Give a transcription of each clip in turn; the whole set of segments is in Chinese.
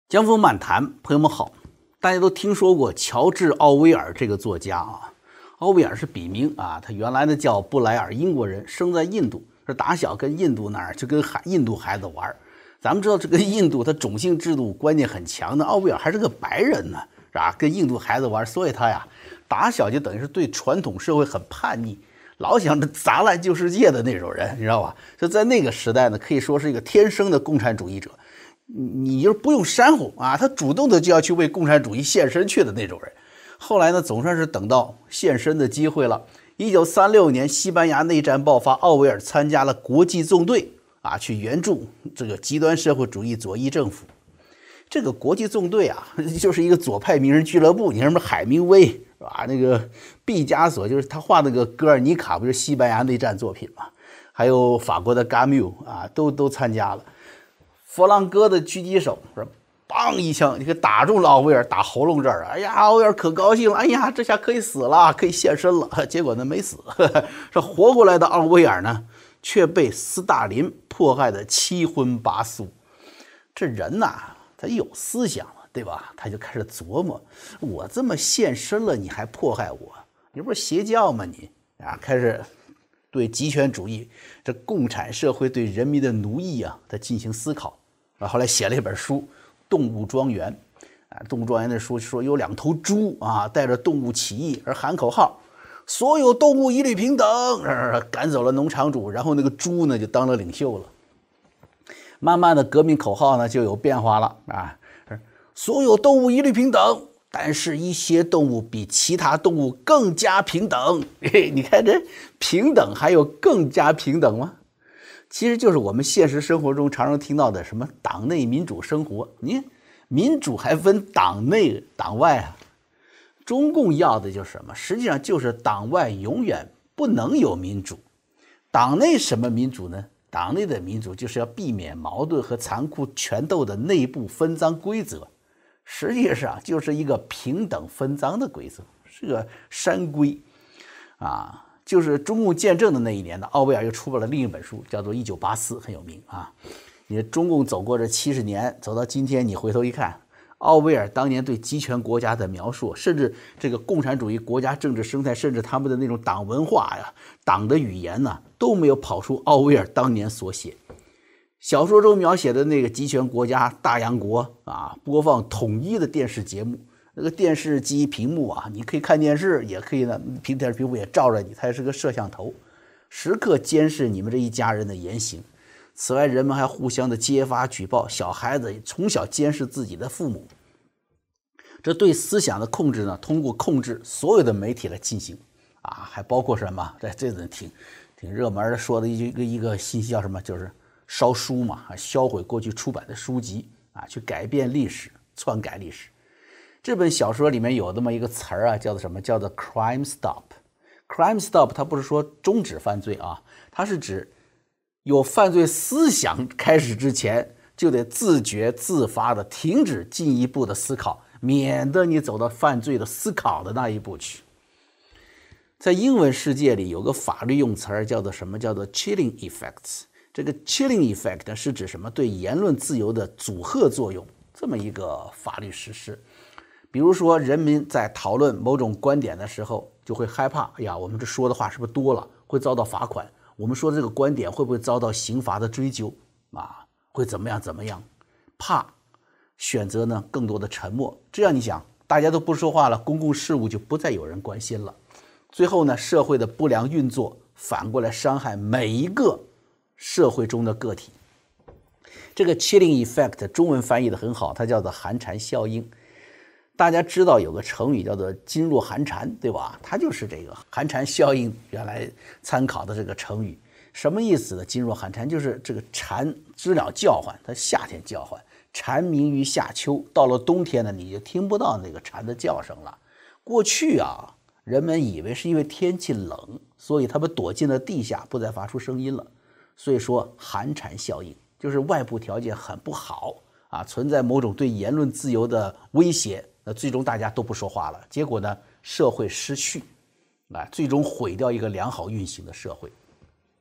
江峰漫谈，朋友们好，大家都听说过乔治·奥威尔这个作家啊。奥威尔是笔名啊，他原来呢叫布莱尔，英国人，生在印度，是打小跟印度那儿就跟印度孩子玩。咱们知道这个印度他种姓制度观念很强的，奥威尔还是个白人呢，是吧？跟印度孩子玩，所以他呀打小就等于是对传统社会很叛逆，老想着砸烂旧世界的那种人，你知道吧？就在那个时代呢，可以说是一个天生的共产主义者。你就是不用煽乎啊，他主动的就要去为共产主义献身去的那种人。后来呢，总算是等到献身的机会了。1936年，西班牙内战爆发，奥威尔参加了国际纵队啊，去援助这个极端社会主义左翼政府。这个国际纵队啊，就是一个左派名人俱乐部。你看什么海明威是吧？那个毕加索，就是他画那个《格尔尼卡》，不是西班牙内战作品吗？还有法国的加缪啊，都参加了。佛朗哥的狙击手是梆一枪，你给打中了奥威尔，打喉咙这儿。哎呀，奥威尔可高兴了，哎呀，这下可以死了，可以献身了。结果呢，没死。这活过来的奥威尔呢，却被斯大林迫害的七荤八素。这人呐，他有思想了，对吧？他就开始琢磨：我这么献身了，你还迫害我？你不是邪教吗你？啊，开始对极权主义、这共产社会对人民的奴役啊，他进行思考。后来写了一本书《动物庄园》啊，《动物庄园》的书说有2头猪啊，带着动物起义而喊口号，所有动物一律平等，赶走了农场主，然后那个猪呢就当了领袖了。慢慢的，革命口号呢就有变化了啊，所有动物一律平等，但是一些动物比其他动物更加平等。你看这平等还有更加平等吗？其实就是我们现实生活中常常听到的什么党内民主生活。你民主还分党内党外啊？中共要的就是什么？实际上就是党外永远不能有民主。党内什么民主呢？党内的民主就是要避免矛盾和残酷权斗的内部分赃规则，实际上就是一个平等分赃的规则，是个山规啊。就是中共建政的那一年呢，奥威尔又出版了另一本书，叫做《1984》，很有名啊。你中共走过这70年，走到今天，你回头一看，奥威尔当年对集权国家的描述，甚至这个共产主义国家政治生态，甚至他们的那种党文化呀、党的语言呢，都没有跑出奥威尔当年所写。小说中描写的那个集权国家大洋国啊，播放统一的电视节目。那个电视机屏幕啊，你可以看电视，也可以呢，电视屏幕也照着你，它也是个摄像头，时刻监视你们这一家人的言行。此外，人们还互相的揭发举报，小孩子从小监视自己的父母。这对思想的控制呢，通过控制所有的媒体来进行啊，还包括什么？这挺热门的，说的一个信息叫什么？就是烧书嘛，销毁过去出版的书籍啊，去改变历史，篡改历史。这本小说里面有这么一个词儿啊，叫做什么？叫做 crime stop。crime stop 它不是说终止犯罪啊，它是指有犯罪思想开始之前，就得自觉自发的停止进一步的思考，免得你走到犯罪的思考的那一步去。在英文世界里有个法律用词叫做什么？叫做 chilling effects。这个 chilling effect 是指什么？对言论自由的阻吓作用，这么一个法律实施。比如说，人民在讨论某种观点的时候，就会害怕，哎呀，我们这说的话是不是多了，会遭到罚款？我们说的这个观点会不会遭到刑罚的追究啊？会怎么样？怕选择呢更多的沉默。这样你想，大家都不说话了，公共事务就不再有人关心了。最后呢，社会的不良运作反过来伤害每一个社会中的个体。这个 chilling effect 中文翻译的很好，它叫做寒蝉效应。大家知道有个成语叫做噤若寒蝉，对吧？它就是这个寒蝉效应原来参考的这个成语。什么意思呢？噤若寒蝉就是这个蝉知了叫唤，它夏天叫唤，蝉鸣于夏秋，到了冬天呢，你就听不到那个蝉的叫声了。过去啊，人们以为是因为天气冷，所以他们躲进了地下，不再发出声音了。所以说寒蝉效应就是外部条件很不好啊，存在某种对言论自由的威胁，那最终大家都不说话了，结果呢，社会失序啊，最终毁掉一个良好运行的社会。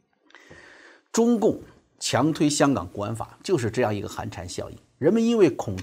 中共强推香港国安法，就是这样一个寒蝉效应。人们因为恐惧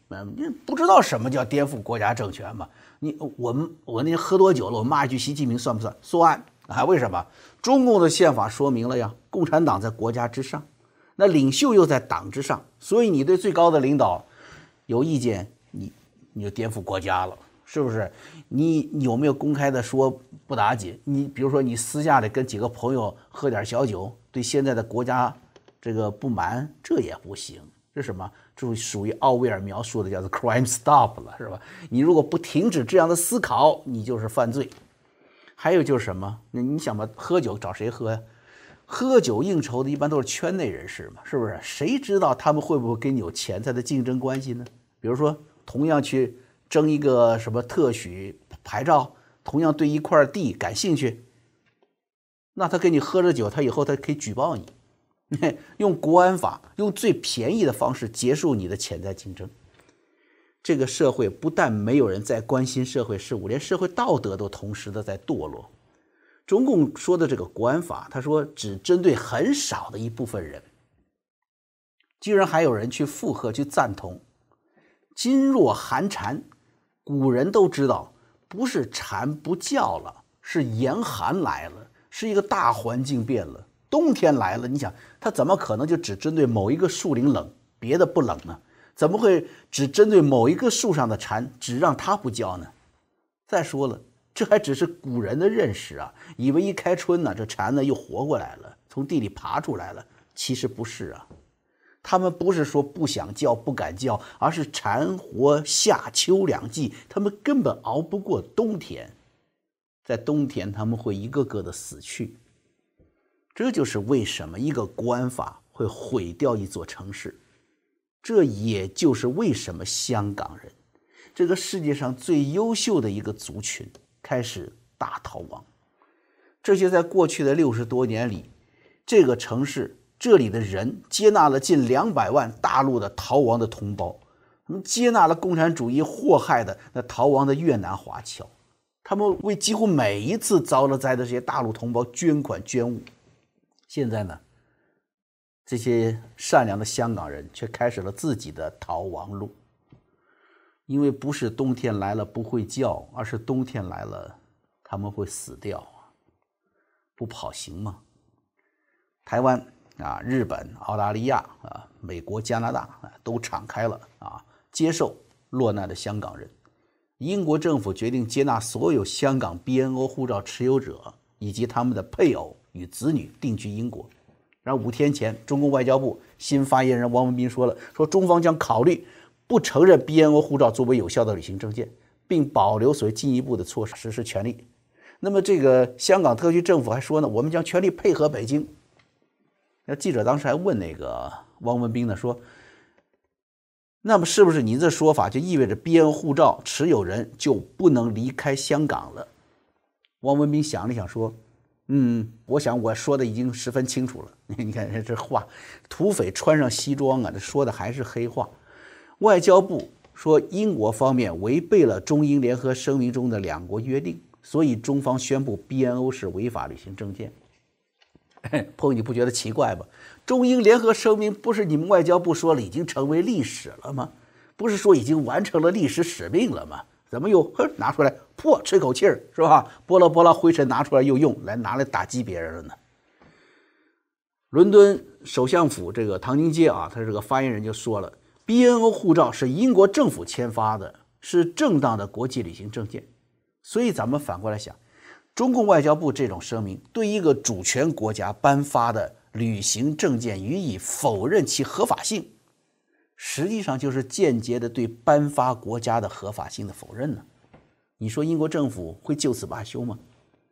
你不知道什么叫颠覆国家政权吗？我那天喝多酒了，我骂一句习近平算不算？算啊！为什么？中共的宪法说明了呀，共产党在国家之上，那领袖又在党之上，所以你对最高的领导有意见，你就颠覆国家了，是不是？你有没有公开的说不打紧？你比如说你私下里跟几个朋友喝点小酒，对现在的国家这个不满，这也不行。这是什么？就属于奥威尔描述的叫做 crime stop 了，是吧？你如果不停止这样的思考，你就是犯罪。还有就是什么？你想吧，喝酒找谁喝呀？喝酒应酬的一般都是圈内人士嘛，是不是？谁知道他们会不会跟你有潜在的竞争关系呢？比如说，同样去争一个什么特许牌照，同样对一块地感兴趣，那他跟你喝着酒，他以后他可以举报你。用国安法，用最便宜的方式结束你的潜在竞争。这个社会不但没有人在关心社会事务，连社会道德都同时的在堕落。中共说的这个国安法，他说只针对很少的一部分人，居然还有人去附和去赞同。噤若寒蝉，古人都知道，不是蝉不叫了，是严寒来了，是一个大环境变了。冬天来了，你想它怎么可能就只针对某一个树林冷，别的不冷呢？怎么会只针对某一个树上的蝉，只让它不叫呢？再说了，这还只是古人的认识啊，以为一开春呢，这蝉呢又活过来了，从地里爬出来了。其实不是啊，他们不是说不想叫不敢叫，而是蝉活夏秋两季，他们根本熬不过冬天，在冬天他们会一个个的死去。这就是为什么一个国安法会毁掉一座城市，这也就是为什么香港人，这个世界上最优秀的一个族群，开始大逃亡。这些在过去的60多年里，这个城市这里的人接纳了近200万大陆的逃亡的同胞，他们接纳了共产主义祸害的那逃亡的越南华侨，他们为几乎每一次遭了灾的这些大陆同胞捐款捐物。现在呢，这些善良的香港人却开始了自己的逃亡路，因为不是冬天来了不会叫，而是冬天来了他们会死掉啊！不跑行吗？台湾啊、日本、澳大利亚啊、美国、加拿大啊都敞开了啊，接受落难的香港人。英国政府决定接纳所有香港 BNO 护照持有者以及他们的配偶与子女定居英国。然后5天前，中共外交部新发言人汪文斌说了，说中方将考虑不承认 BNO 护照作为有效的旅行证件，并保留所谓进一步的措施实施权利。那么这个香港特区政府还说呢，我们将全力配合北京。那记者当时还问那个汪文斌呢，说那么是不是你这说法就意味着 BNO 护照持有人就不能离开香港了？汪文斌想了想说，我想我说的已经十分清楚了。你看这话，土匪穿上西装啊，这说的还是黑话。外交部说，英国方面违背了中英联合声明中的2国约定，所以中方宣布 BNO 是违法旅行证件。朋友，你不觉得奇怪吗？中英联合声明不是你们外交部说了已经成为历史了吗？不是说已经完成了历史使命了吗？怎么又拿出来破吹口气儿，是吧？拨拉拨拉灰尘拿出来又用来拿来打击别人了呢？伦敦首相府这个唐宁街啊，他这个发言人就说了， BNO 护照是英国政府签发的，是正当的国际旅行证件。所以咱们反过来想，中共外交部这种声明对一个主权国家颁发的旅行证件予以否认其合法性，实际上就是间接的对颁发国家的合法性的否认呢。你说英国政府会就此罢休吗？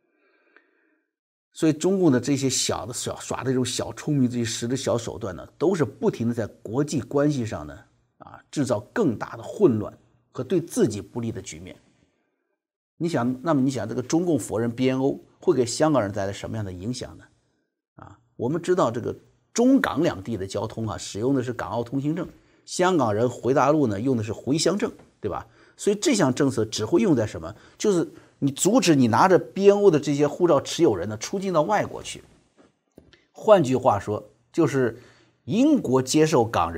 所以中共的这些耍的这种小聪明，这些使的小手段呢，都是不停的在国际关系上呢制造更大的混乱和对自己不利的局面。那么你想这个中共否认 BNO 会给香港人带来什么样的影响呢？我们知道这个中港两地的交通使用的是港澳通行证，香港人回大陆呢用的是回乡证，对吧？所以这项政策只会用在什么？就是你阻止你拿着 BNO 的这些护照持有人呢出境到外国去。换句话说，就是英国接受港人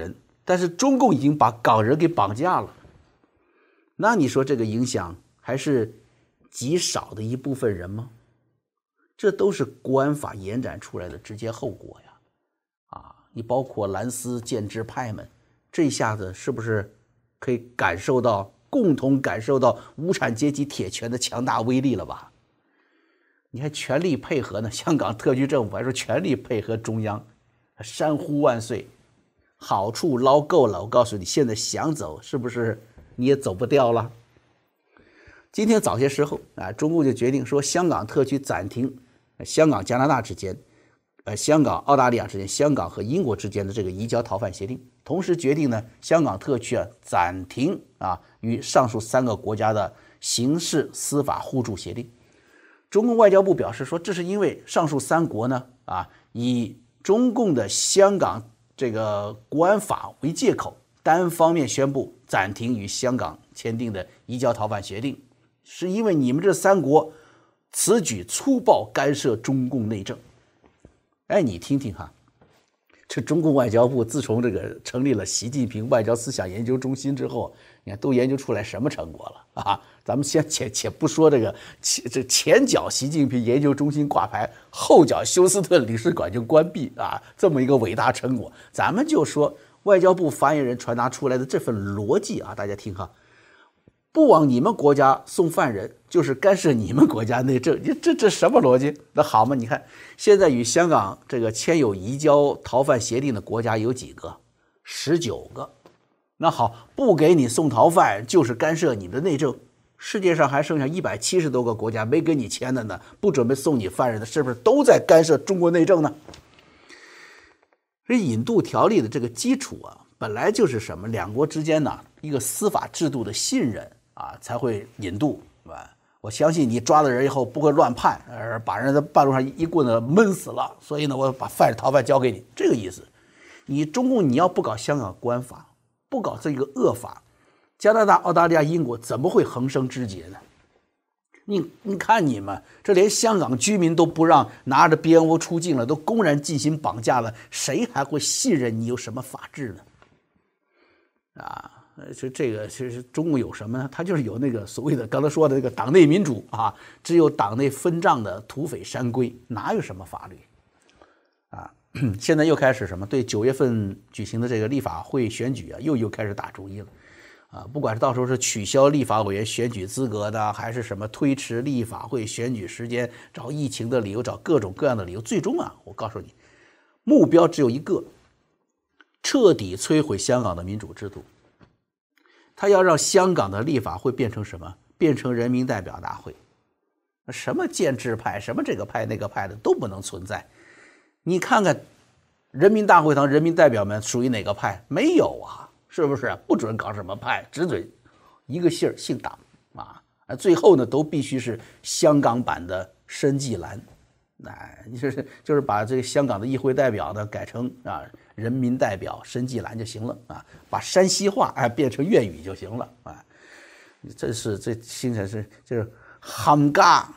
但是中共已经把港人给绑架了。那你说这个影响还是极少的一部分人吗？这都是国安法延展出来的直接后果呀！你包括蓝丝建制派们，这一下子是不是可以共同感受到无产阶级铁拳的强大威力了吧？你还全力配合呢，香港特区政府还说全力配合中央，山呼万岁，好处捞够了。我告诉你，现在想走是不是你也走不掉了？今天早些时候中共就决定说，香港特区暂停香港加拿大之间、香港澳大利亚之间、香港和英国之间的这个移交逃犯协定，同时决定呢，香港特区暂停与上述3个国家的刑事司法互助协定。中共外交部表示说，这是因为上述3国呢以中共的香港这个国安法为借口，单方面宣布暂停与香港签订的移交逃犯协定，是因为你们这3国此举粗暴干涉中共内政。你听听这中共外交部自从这个成立了习近平外交思想研究中心之后，你看都研究出来什么成果了咱们先且不说这前脚习近平研究中心挂牌，后脚休斯顿领事馆就关闭这么一个伟大成果，咱们就说外交部发言人传达出来的这份逻辑大家听不往你们国家送犯人，就是干涉你们国家内政，这什么逻辑？那好嘛，你看现在与香港这个签有移交逃犯协定的国家有几个？19个。那好，不给你送逃犯就是干涉你的内政，世界上还剩下170多个国家没跟你签的呢，不准备送你犯人的，是不是都在干涉中国内政呢？这引渡条例的这个基础本来就是什么？两国之间一个司法制度的信任才会引渡，是吧？我相信你抓了人以后不会乱判，把人在半路上一棍子闷死了，所以呢，我把逃犯交给你，这个意思。你中共你要不搞香港国安法，不搞这个恶法，加拿大、澳大利亚、英国怎么会横生枝节呢？你看你们这连香港居民都不让拿着 BNO 出境了，都公然进行绑架了，谁还会信任你有什么法治呢？这个其实中共有什么呢？他就是有那个所谓的刚才说的这个党内民主只有党内分账的土匪山龟，哪有什么法律现在又开始什么对9月份举行的这个立法会选举又开始打主意了不管是到时候是取消立法委员选举资格的，还是什么推迟立法会选举时间，找疫情的理由，找各种各样的理由，最终我告诉你，目标只有一个，彻底摧毁香港的民主制度。他要让香港的立法会变成什么？变成人民代表大会，什么建制派，什么这个派那个派的都不能存在。你看看人民大会堂人民代表们属于哪个派？没有是不是？不准搞什么派，只准一个姓姓党最后呢都必须是香港版的申纪兰就是把这个香港的议会代表呢改成人民代表申纪兰就行了把山西话变成粤语就行了这现在就是冚家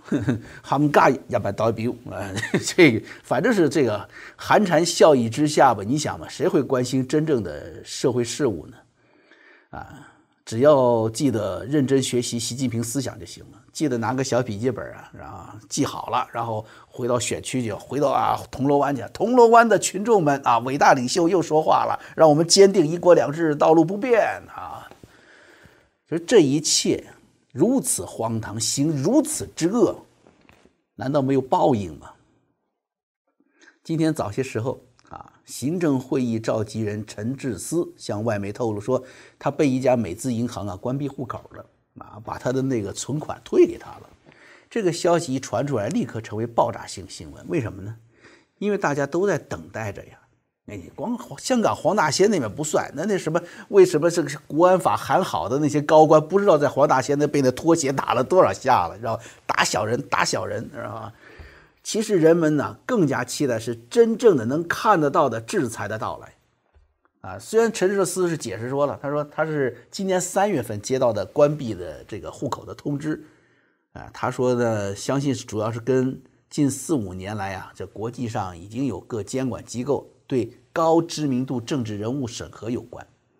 100代表这个反正是这个寒蝉效益之下吧，你想吧，谁会关心真正的社会事务呢？只要记得认真学习习近平思想就行了，记得拿个小笔记本然后记好了，然后回到选区去，回到铜锣湾去，铜锣湾的群众们伟大领袖又说话了，让我们坚定1国2制道路不变就这一切如此荒唐，行如此之恶，难道没有报应吗？今天早些时候行政会议召集人陈智思向外媒透露说，他被一家美资银行关闭户口了把他的那个存款退给他了。这个消息一传出来，立刻成为爆炸性新闻。为什么呢？因为大家都在等待着呀。光香港黄大仙那边不算，那什么，为什么这个国安法喊好的那些高官，不知道在黄大仙那被那拖鞋打了多少下了，然后打小人，知道吧？其实人们更加期待是真正的能看得到的制裁的到来虽然陈智思是解释说了，他说他是今年3月份接到的关闭的这个户口的通知他说呢，相信主要是跟近4-5年来这国际上已经有各监管机构对高知名度政治人物审核有关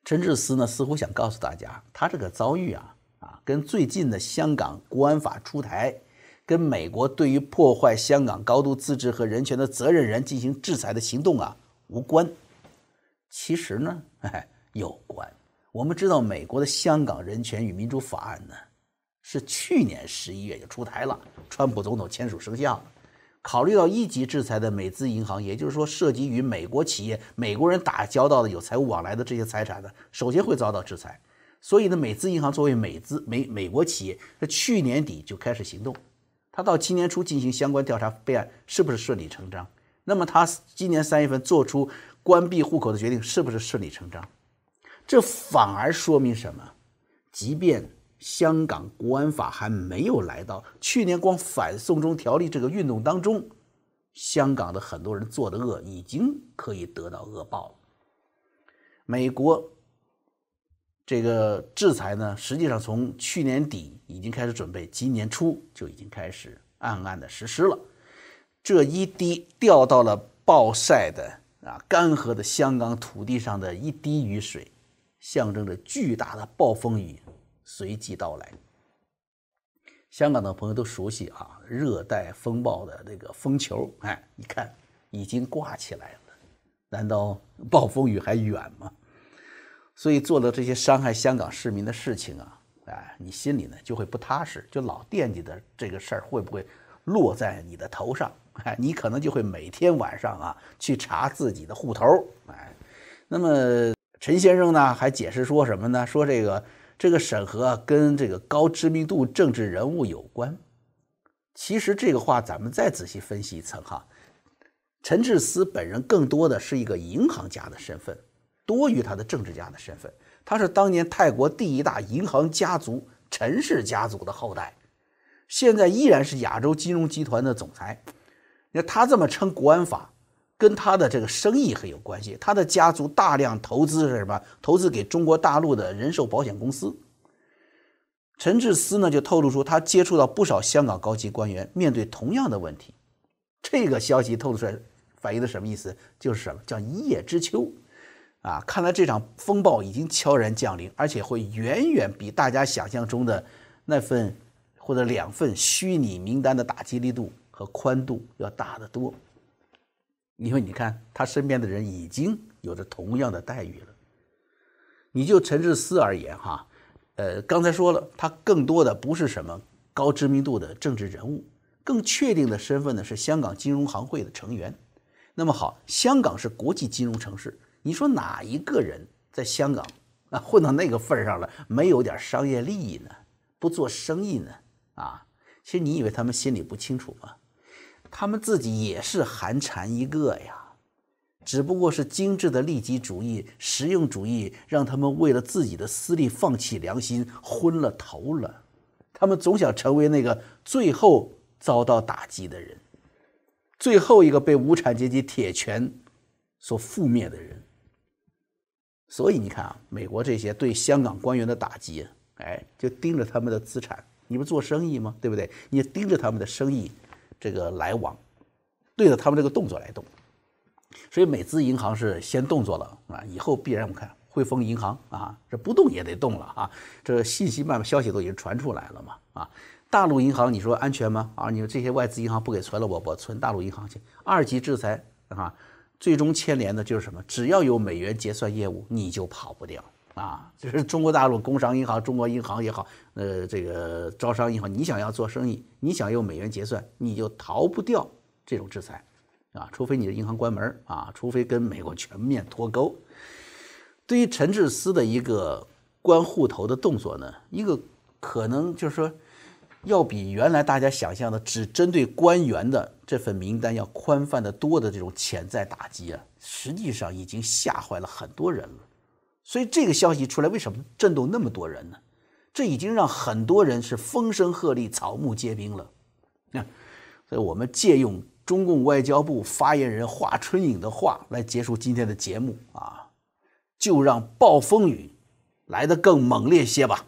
陈智思呢，似乎想告诉大家，他这个遭遇跟最近的香港国安法出台，跟美国对于破坏香港高度自治和人权的责任人进行制裁的行动无关。其实呢，有关。我们知道，美国的《香港人权与民主法案》呢，是去年11月就出台了，川普总统签署生效了。考虑到一级制裁的美资银行，也就是说涉及与美国企业、美国人打交道的有财务往来的这些财产呢，首先会遭到制裁。所以呢，美资银行作为美国企业，在去年底就开始行动，他到今年初进行相关调查备案，是不是顺理成章？那么他今年3月份做出关闭户口的决定，是不是顺理成章？这反而说明什么？即便香港国安法还没有来到，去年光反送中条例这个运动当中，香港的很多人做的恶已经可以得到恶报了。美国这个制裁呢，实际上从去年底已经开始准备，今年初就已经开始暗暗的实施了。这一滴掉到了暴晒的干涸的香港土地上的一滴雨水，象征着巨大的暴风雨随即到来。香港的朋友都熟悉热带风暴的这个风球，你看已经挂起来了，难道暴风雨还远吗？所以做了这些伤害香港市民的事情你心里呢就会不踏实，就老惦记着这个事儿会不会落在你的头上，你可能就会每天晚上去查自己的户头。那么陈先生呢还解释说什么呢？说这个审核跟这个高知名度政治人物有关。其实这个话咱们再仔细分析一层陈智思本人更多的是一个银行家的身份，多于他的政治家的身份。他是当年泰国第一大银行家族陈氏家族的后代，现在依然是亚洲金融集团的总裁。那他这么称国安法，跟他的这个生意很有关系。他的家族大量投资是什么？投资给中国大陆的人寿保险公司。陈智思呢就透露出他接触到不少香港高级官员面对同样的问题。这个消息透露出来反映的什么意思？就是什么叫一叶知秋看来这场风暴已经悄然降临，而且会远远比大家想象中的那份或者2份虚拟名单的打击力度和宽度要大得多。因为你看他身边的人已经有着同样的待遇了。你就陈智思而言刚才说了，他更多的不是什么高知名度的政治人物，更确定的身份呢是香港金融行会的成员。那么好，香港是国际金融城市，你说哪一个人在香港混到那个份上了，没有点商业利益呢？不做生意呢？其实你以为他们心里不清楚吗？他们自己也是寒蝉一个呀，只不过是精致的利己主义、实用主义让他们为了自己的私利放弃良心，昏了头了。他们总想成为那个最后遭到打击的人，最后一个被无产阶级铁拳所覆灭的人。所以你看美国这些对香港官员的打击就盯着他们的资产，你不做生意吗？对不对？你盯着他们的生意这个来往，对着他们这个动作来动。所以美资银行是先动作了以后必然我们看汇丰银行这不动也得动了这信息消息都已经传出来了嘛大陆银行你说安全吗？你说这些外资银行不给存了，我存大陆银行去。2级制裁最终牵连的就是什么？只要有美元结算业务，你就跑不掉就是中国大陆工商银行、中国银行也好，这个招商银行，你想要做生意，你想用美元结算，你就逃不掉这种制裁除非你的银行关门除非跟美国全面脱钩。对于陈智思的一个关户头的动作呢，一个可能就是说要比原来大家想象的只针对官员的这份名单要宽泛得多的这种潜在打击实际上已经吓坏了很多人了。所以这个消息出来，为什么震动那么多人呢？这已经让很多人是风声鹤唳、草木皆兵了。所以我们借用中共外交部发言人华春莹的话来结束今天的节目就让暴风雨来得更猛烈些吧。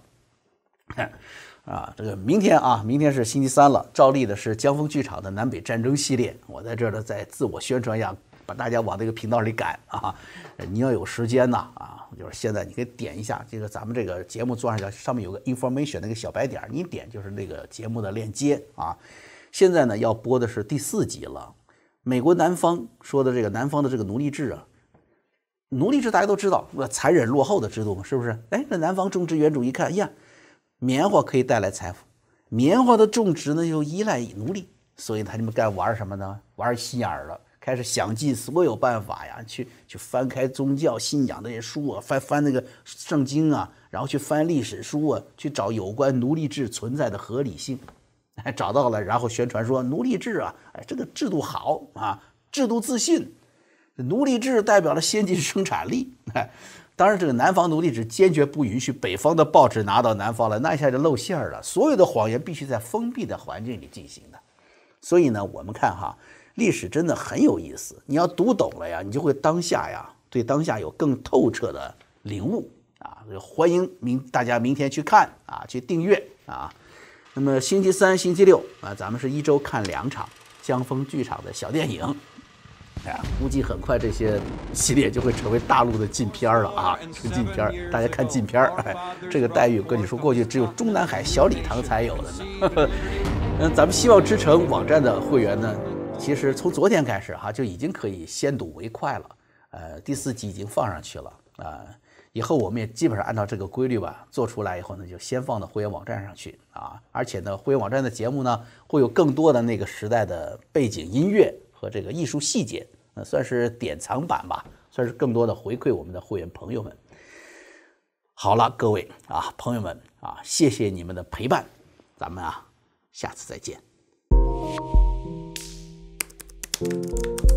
这个明天是星期3了，照例的是江峰剧场的南北战争系列，我在这儿呢再自我宣传一下把大家往这个频道里赶啊。你要有时间呐就是现在你可以点一下这个咱们这个节目左上角上面有个 information 那个小白点，你点就是那个节目的链接啊。现在呢要播的是第4集了，美国南方说的这个南方的这个奴隶制啊。奴隶制大家都知道，残忍落后的制度嘛，是不是？哎，这南方种植园主一看，哎呀，棉花可以带来财富，棉花的种植呢又依赖奴隶，所以他们该玩什么呢？玩心眼了，开始想尽所有办法呀，去翻开宗教信仰的这些书啊，翻那个圣经啊，然后去翻历史书啊，去找有关奴隶制存在的合理性，找到了，然后宣传说奴隶制啊，哎，这个制度好啊，制度自信。奴隶制代表了先进生产力，当然这个南方奴隶制坚决不允许北方的报纸拿到南方来，那一下就露馅了。所有的谎言必须在封闭的环境里进行的。所以呢，我们看历史真的很有意思。你要读懂了呀，你就会对当下有更透彻的领悟啊。欢迎大家明天去看啊，去订阅啊。那么星期3、星期6啊，咱们是1周看2场江峰剧场的小电影。估计很快这些系列就会成为大陆的禁片了啊！是禁片，大家看禁片，这个待遇我跟你说，过去只有中南海小礼堂才有的呢。咱们希望之城网站的会员呢，其实从昨天开始就已经可以先睹为快了。第4集已经放上去了以后我们也基本上按照这个规律吧，做出来以后呢，就先放到会员网站上去啊。而且呢，会员网站的节目呢，会有更多的那个时代的背景音乐和这个艺术细节，算是典藏版吧，算是更多的回馈我们的会员朋友们。好了，各位朋友们谢谢你们的陪伴，咱们下次再见。